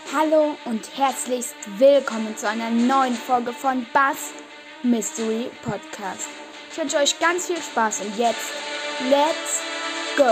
Hallo und herzlichst willkommen zu einer neuen Folge von Buzz Mystery Podcast. Ich wünsche euch ganz viel Spaß und jetzt, let's go!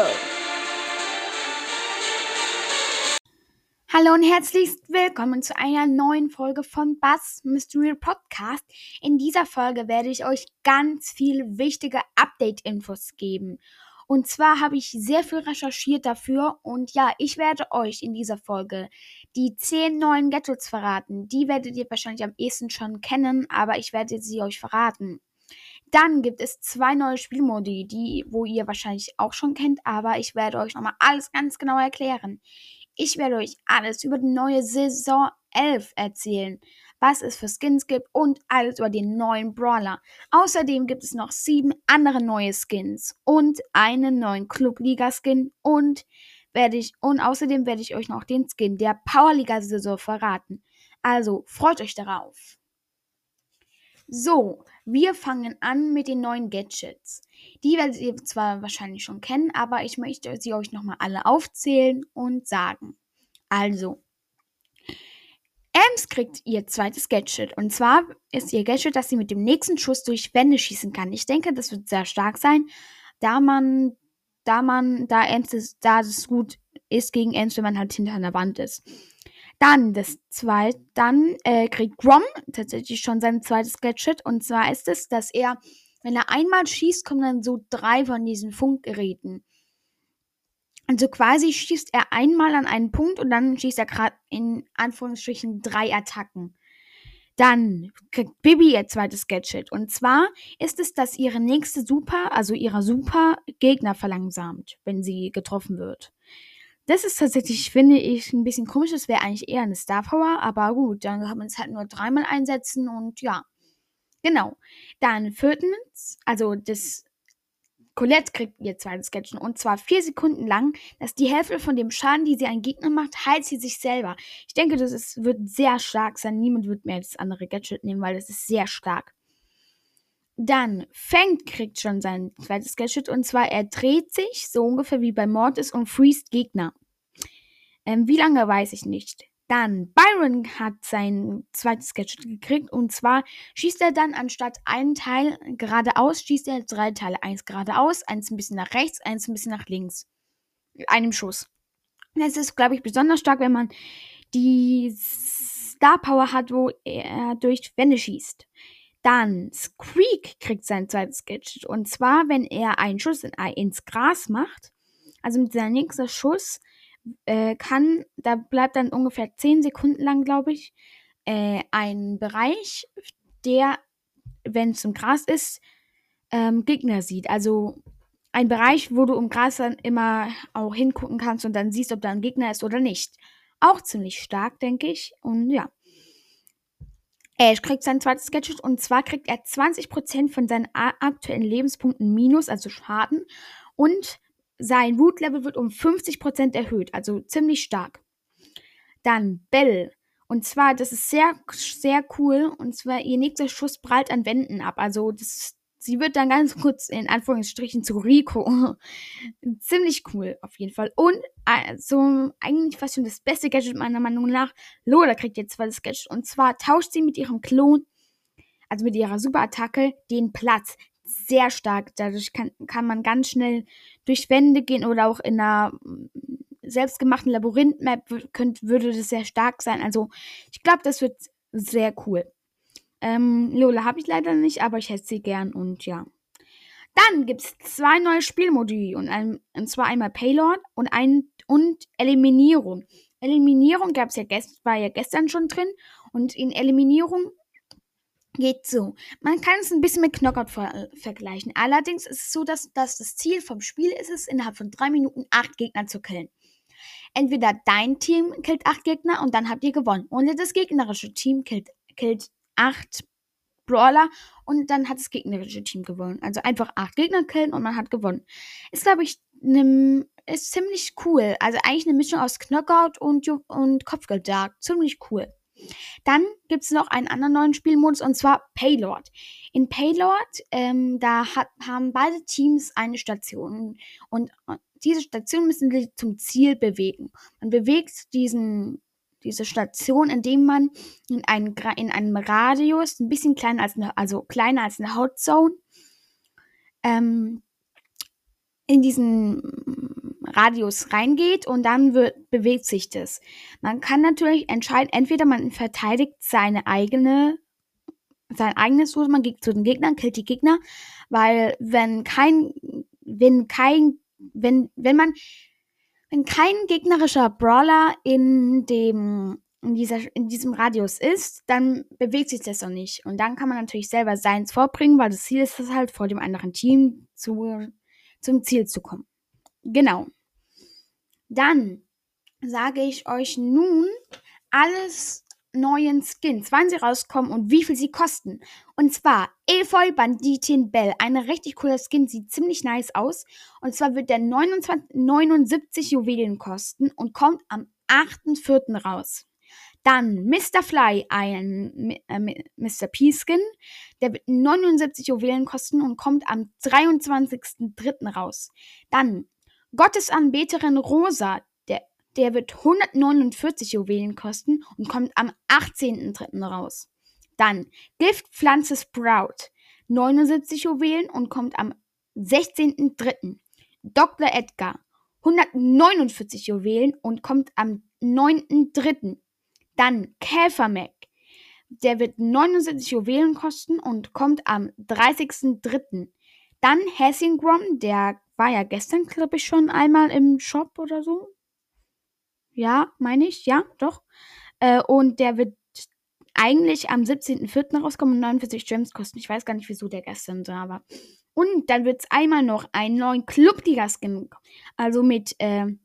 Hallo und herzlichst willkommen zu einer neuen Folge von Buzz Mystery Podcast. In dieser Folge werde ich euch ganz viele wichtige Update-Infos geben. Und zwar habe ich sehr viel recherchiert dafür und ja, ich werde euch in dieser Folge die 10 neuen Gadgets verraten. Die werdet ihr wahrscheinlich am ehesten schon kennen, aber ich werde sie euch verraten. Dann gibt es 2 neue Spielmodi, wo ihr wahrscheinlich auch schon kennt, aber ich werde euch nochmal alles ganz genau erklären. Ich werde euch alles über die neue Saison 11 erzählen, was es für Skins gibt und alles über den neuen Brawler. Außerdem gibt es noch 7 andere neue Skins und einen neuen Clubliga-Skin und außerdem werde ich euch noch den Skin der Powerliga-Saison verraten. Also freut euch darauf. So, wir fangen an mit den neuen Gadgets. Die werdet ihr zwar wahrscheinlich schon kennen, aber ich möchte sie euch nochmal alle aufzählen und sagen. Also, Ems kriegt ihr zweites Gadget. Und zwar ist ihr Gadget, dass sie mit dem nächsten Schuss durch Wände schießen kann. Ich denke, das wird sehr stark sein, da es gut ist gegen Ems, wenn man halt hinter einer Wand ist. Dann kriegt Grom tatsächlich schon sein zweites Gadget. Und zwar ist es, dass er, wenn er einmal schießt, kommen dann so 3 von diesen Funkgeräten. Also quasi schießt er einmal an einen Punkt und dann schießt er gerade in Anführungsstrichen 3 Attacken. Dann kriegt Bibi ihr zweites Gadget. Und zwar ist es, dass ihre nächste Super, also ihrer Super, Gegner verlangsamt, wenn sie getroffen wird. Das ist tatsächlich, finde ich, ein bisschen komisch. Das wäre eigentlich eher eine Star Power, aber gut, dann kann man es halt nur 3-mal einsetzen und ja. Genau. Dann viertens, also das Colette kriegt ihr zweites Gadget und zwar 4 Sekunden lang, dass die Hälfte von dem Schaden, die sie an Gegner macht, heilt sie sich selber. Ich denke, wird sehr stark sein. Niemand wird mehr das andere Gadget nehmen, weil das ist sehr stark. Dann Fang kriegt schon sein zweites Gadget und zwar er dreht sich, so ungefähr wie bei Mortis und freest Gegner. Wie lange, weiß ich nicht. Dann Byron hat sein zweites Gadget gekriegt und zwar schießt er dann anstatt einen Teil geradeaus, schießt er 3 Teile. Eins geradeaus, eins ein bisschen nach rechts, eins ein bisschen nach links. Mit einem Schuss. Das ist, glaube ich, besonders stark, wenn man die Star Power hat, wo er durch Wände schießt. Dann Squeak kriegt sein zweites Gadget und zwar, wenn er einen Schuss ins Gras macht, also mit seinem nächsten Schuss, da bleibt dann ungefähr 10 Sekunden lang, glaube ich, ein Bereich, der, wenn es im Gras ist, Gegner sieht. Also ein Bereich, wo du im Gras dann immer auch hingucken kannst und dann siehst, ob da ein Gegner ist oder nicht. Auch ziemlich stark, denke ich. Und ja. Er kriegt sein zweites Gadget und zwar kriegt er 20% von seinen aktuellen Lebenspunkten minus, also Schaden. Und sein Root-Level wird um 50% erhöht, also ziemlich stark. Dann Belle. Und zwar, das ist sehr, sehr cool. Und zwar, ihr nächster Schuss prallt an Wänden ab. Also, sie wird dann ganz kurz in Anführungsstrichen zu Rico. Ziemlich cool, auf jeden Fall. Und also, eigentlich fast schon das beste Gadget meiner Meinung nach. Lola kriegt jetzt zweites Gadget. Und zwar tauscht sie mit ihrem Klon, also mit ihrer Superattacke, den Platz. Sehr stark. Dadurch kann man ganz schnell durch Wände gehen oder auch in einer selbstgemachten Labyrinth-Map würde das sehr stark sein. Also, ich glaube, das wird sehr cool. Lola habe ich leider nicht, aber ich hätte sie gern und ja. Dann gibt es 2 neue Spielmodi und zwar einmal Payload und Eliminierung. Eliminierung war ja gestern schon drin und in Eliminierung geht so. Man kann es ein bisschen mit Knockout vergleichen. Allerdings ist es so, dass das Ziel vom Spiel ist es, innerhalb von 3 Minuten 8 Gegner zu killen. Entweder dein Team killt 8 Gegner und dann habt ihr gewonnen. Oder das gegnerische Team killt 8 Brawler und dann hat das gegnerische Team gewonnen. Also einfach 8 Gegner killen und man hat gewonnen. Ist, glaube ich, ist ziemlich cool. Also eigentlich eine Mischung aus Knockout und Kopfgeldjagd. Ziemlich cool. Dann gibt es noch einen anderen neuen Spielmodus und zwar Payload. In Payload, haben beide Teams eine Station und diese Station müssen sich zum Ziel bewegen. Man bewegt diese Station, indem man in einem Radius, ein bisschen kleiner kleiner als eine Hautzone, ähm, in diesen Radius reingeht und dann bewegt sich das. Man kann natürlich entscheiden, entweder man verteidigt sein eigenes Los, man geht zu den Gegnern, killt die Gegner, weil wenn kein gegnerischer Brawler in diesem Radius ist, dann bewegt sich das auch nicht. Und dann kann man natürlich selber seins vorbringen, weil das Ziel ist es halt, vor dem anderen Team zum Ziel zu kommen. Genau. Dann sage ich euch nun alles neuen Skins, wann sie rauskommen und wie viel sie kosten. Und zwar Efeu Banditin Bell. Eine richtig coole Skin, sieht ziemlich nice aus. Und zwar wird der 79 Juwelen kosten und kommt am 8.4. raus. Dann Mr. Fly, ein Mr. P-Skin. Der wird 79 Juwelen kosten und kommt am 23.3. raus. Dann Gottesanbeterin Rosa. Der wird 149 Juwelen kosten und kommt am 18.3. raus. Dann Giftpflanze Sprout. 79 Juwelen und kommt am 16.3. Dr. Edgar. 149 Juwelen und kommt am 9.3. Dann Käfer Mac. Der wird 79 Juwelen kosten und kommt am 30.3. Dann Hessingrom, der war ja gestern, glaube ich, schon einmal im Shop oder so. Ja, meine ich, ja, doch. Und der wird eigentlich am 17.4. rauskommen und 49 Gems kosten. Ich weiß gar nicht, wieso der gestern da war. Und dann wird es einmal noch einen neuen Club-Liga-Skin, also mit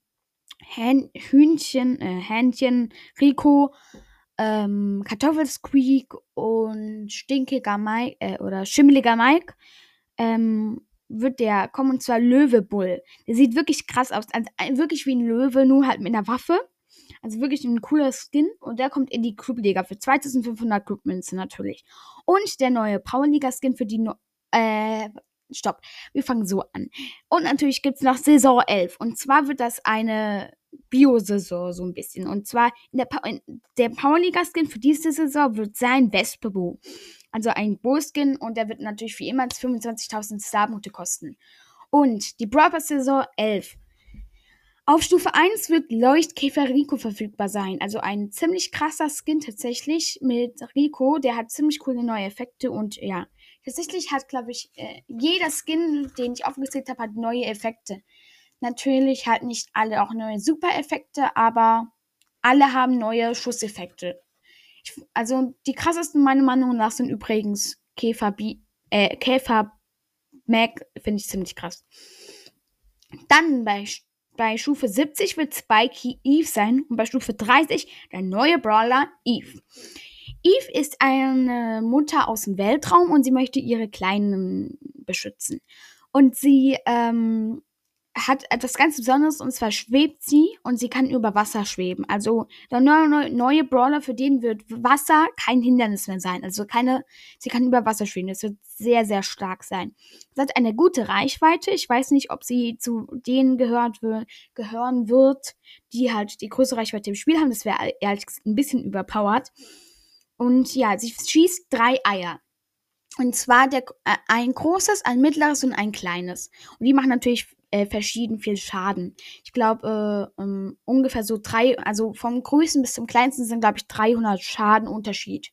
Hähnchen, Rico, Kartoffelsqueak und stinkiger Mike oder schimmeliger Mike, wird der kommen, und zwar Löwebull. Der sieht wirklich krass aus, also wirklich wie ein Löwe, nur halt mit einer Waffe. Also wirklich ein cooler Skin und der kommt in die Clubliga für 2500 Clubmünzen natürlich. Und der neue Powerliga-Skin für die Stopp, wir fangen so an. Und natürlich gibt es noch Saison 11 und zwar wird das eine Bio-Saison so ein bisschen. Und zwar der Powerliga-Skin für diese Saison wird sein Wespe-Bo. Also ein Bo-Skin und der wird natürlich wie immer 25.000 Starpunkte kosten. Und die Brawl Pass Saison 11. Auf Stufe 1 wird Leuchtkäfer Rico verfügbar sein. Also ein ziemlich krasser Skin tatsächlich mit Rico. Der hat ziemlich coole neue Effekte und ja. Tatsächlich hat, glaube ich, jeder Skin, den ich aufgezählt habe, hat neue Effekte. Natürlich halt nicht alle auch neue Super-Effekte, aber alle haben neue Schusseffekte. Also die krassesten meiner Meinung nach sind übrigens Käfer Mac, finde ich ziemlich krass. Dann bei Stufe 70 wird Spikey Eve sein und bei Stufe 30 der neue Brawler Eve. Eve ist eine Mutter aus dem Weltraum und sie möchte ihre Kleinen beschützen. Und sie hat etwas ganz Besonderes und zwar schwebt sie und sie kann über Wasser schweben. Also der neue Brawler, für den wird Wasser kein Hindernis mehr sein. Also sie kann über Wasser schweben. Das wird sehr, sehr stark sein. Sie hat eine gute Reichweite. Ich weiß nicht, ob sie zu denen gehören wird, die halt die größte Reichweite im Spiel haben. Das wäre ehrlich gesagt ein bisschen überpowered. Und ja, sie schießt 3 Eier. Und zwar ein großes, ein mittleres und ein kleines. Und die machen natürlich verschieden viel Schaden. Ich glaube, ungefähr so 3, also vom größten bis zum kleinsten sind, glaube ich, 300 Schaden Unterschied.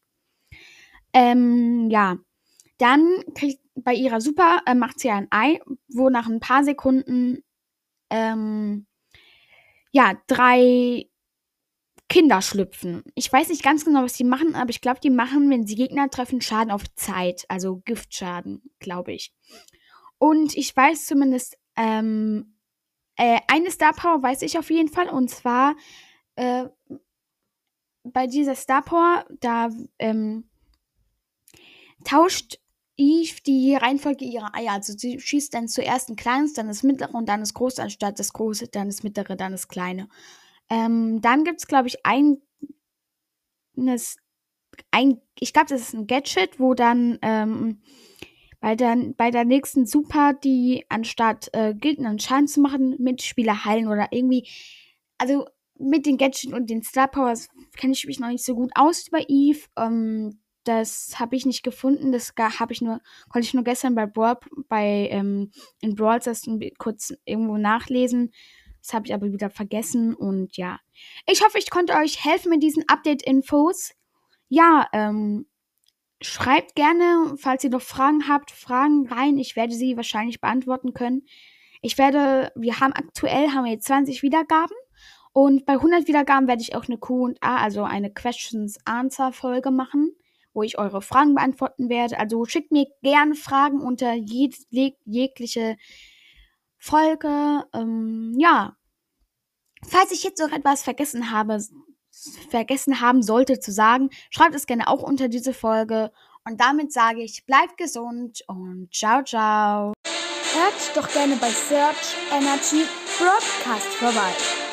Ja. Dann kriegt bei ihrer Super, macht sie ein Ei, wo nach ein paar Sekunden, 3 Kinder schlüpfen. Ich weiß nicht ganz genau, was die machen, aber ich glaube, die machen, wenn sie Gegner treffen, Schaden auf Zeit. Also Giftschaden, glaube ich. Und ich weiß zumindest, eine Star Power weiß ich auf jeden Fall. Und zwar, bei dieser Star Power, da tauscht Eve die Reihenfolge ihrer Eier. Also sie schießt dann zuerst ein kleines, dann das mittlere und dann das große, anstatt das große, dann das mittlere, dann das kleine. Dann gibt es, glaube ich, ich glaube, das ist ein Gadget, wo dann bei der nächsten Super, die anstatt Gegnern Schaden zu machen, Mitspieler heilen oder irgendwie. Also mit den Gadgets und den Star Powers kenne ich mich noch nicht so gut aus bei Eve. Das habe ich nicht gefunden. Konnte ich nur gestern in Brawl Stars kurz irgendwo nachlesen. Das habe ich aber wieder vergessen und ja. Ich hoffe, ich konnte euch helfen mit diesen Update-Infos. Ja, schreibt gerne, falls ihr noch Fragen habt, Fragen rein. Ich werde sie wahrscheinlich beantworten können. Aktuell haben wir jetzt 20 Wiedergaben. Und bei 100 Wiedergaben werde ich auch eine Q&A, also eine Questions-Answer-Folge machen, wo ich eure Fragen beantworten werde. Also schickt mir gerne Fragen unter jegliche Folge. Ja, falls ich jetzt noch etwas vergessen haben sollte zu sagen, schreibt es gerne auch unter diese Folge. Und damit sage ich, bleibt gesund und ciao, ciao. Hört doch gerne bei Search Energy Broadcast vorbei.